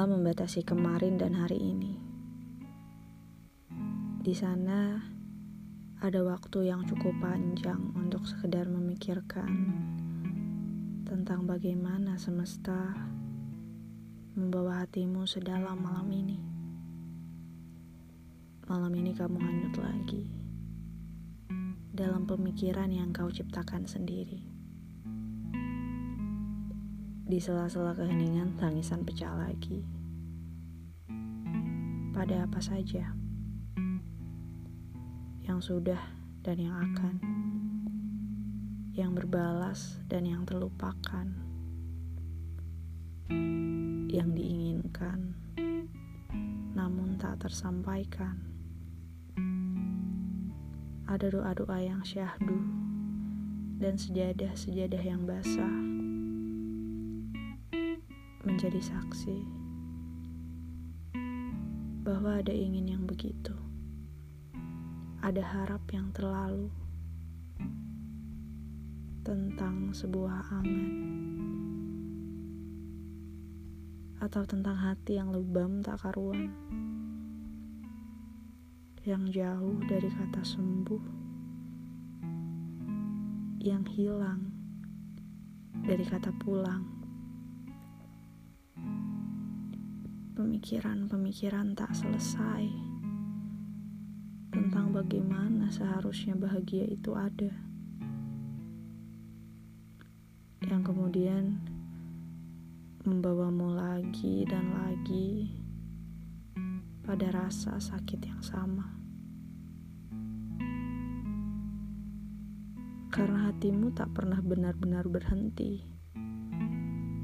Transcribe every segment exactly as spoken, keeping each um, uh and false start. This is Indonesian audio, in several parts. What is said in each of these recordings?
berusaha membatasi kemarin dan hari ini. Di sana ada waktu yang cukup panjang untuk sekedar memikirkan tentang bagaimana semesta membawa hatimu sedalam malam ini. Malam ini kamu hanyut lagi dalam pemikiran yang kau ciptakan sendiri. Di sela-sela keheningan, tangisan pecah lagi. Pada apa saja yang sudah dan yang akan, yang berbalas dan yang terlupakan, yang diinginkan namun tak tersampaikan. Ada doa-doa yang syahdu dan sejadah-sejadah yang basah menjadi saksi bahwa ada ingin yang begitu, ada harap yang terlalu tentang sebuah angan, atau tentang hati yang lebam tak karuan, yang jauh dari kata sembuh, yang hilang dari kata pulang. Pemikiran-pemikiran tak selesai tentang bagaimana seharusnya bahagia itu ada, yang kemudian membawamu lagi dan lagi pada rasa sakit yang sama. Karena hatimu tak pernah benar-benar berhenti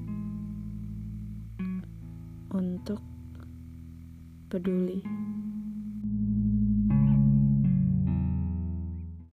untuk peduli.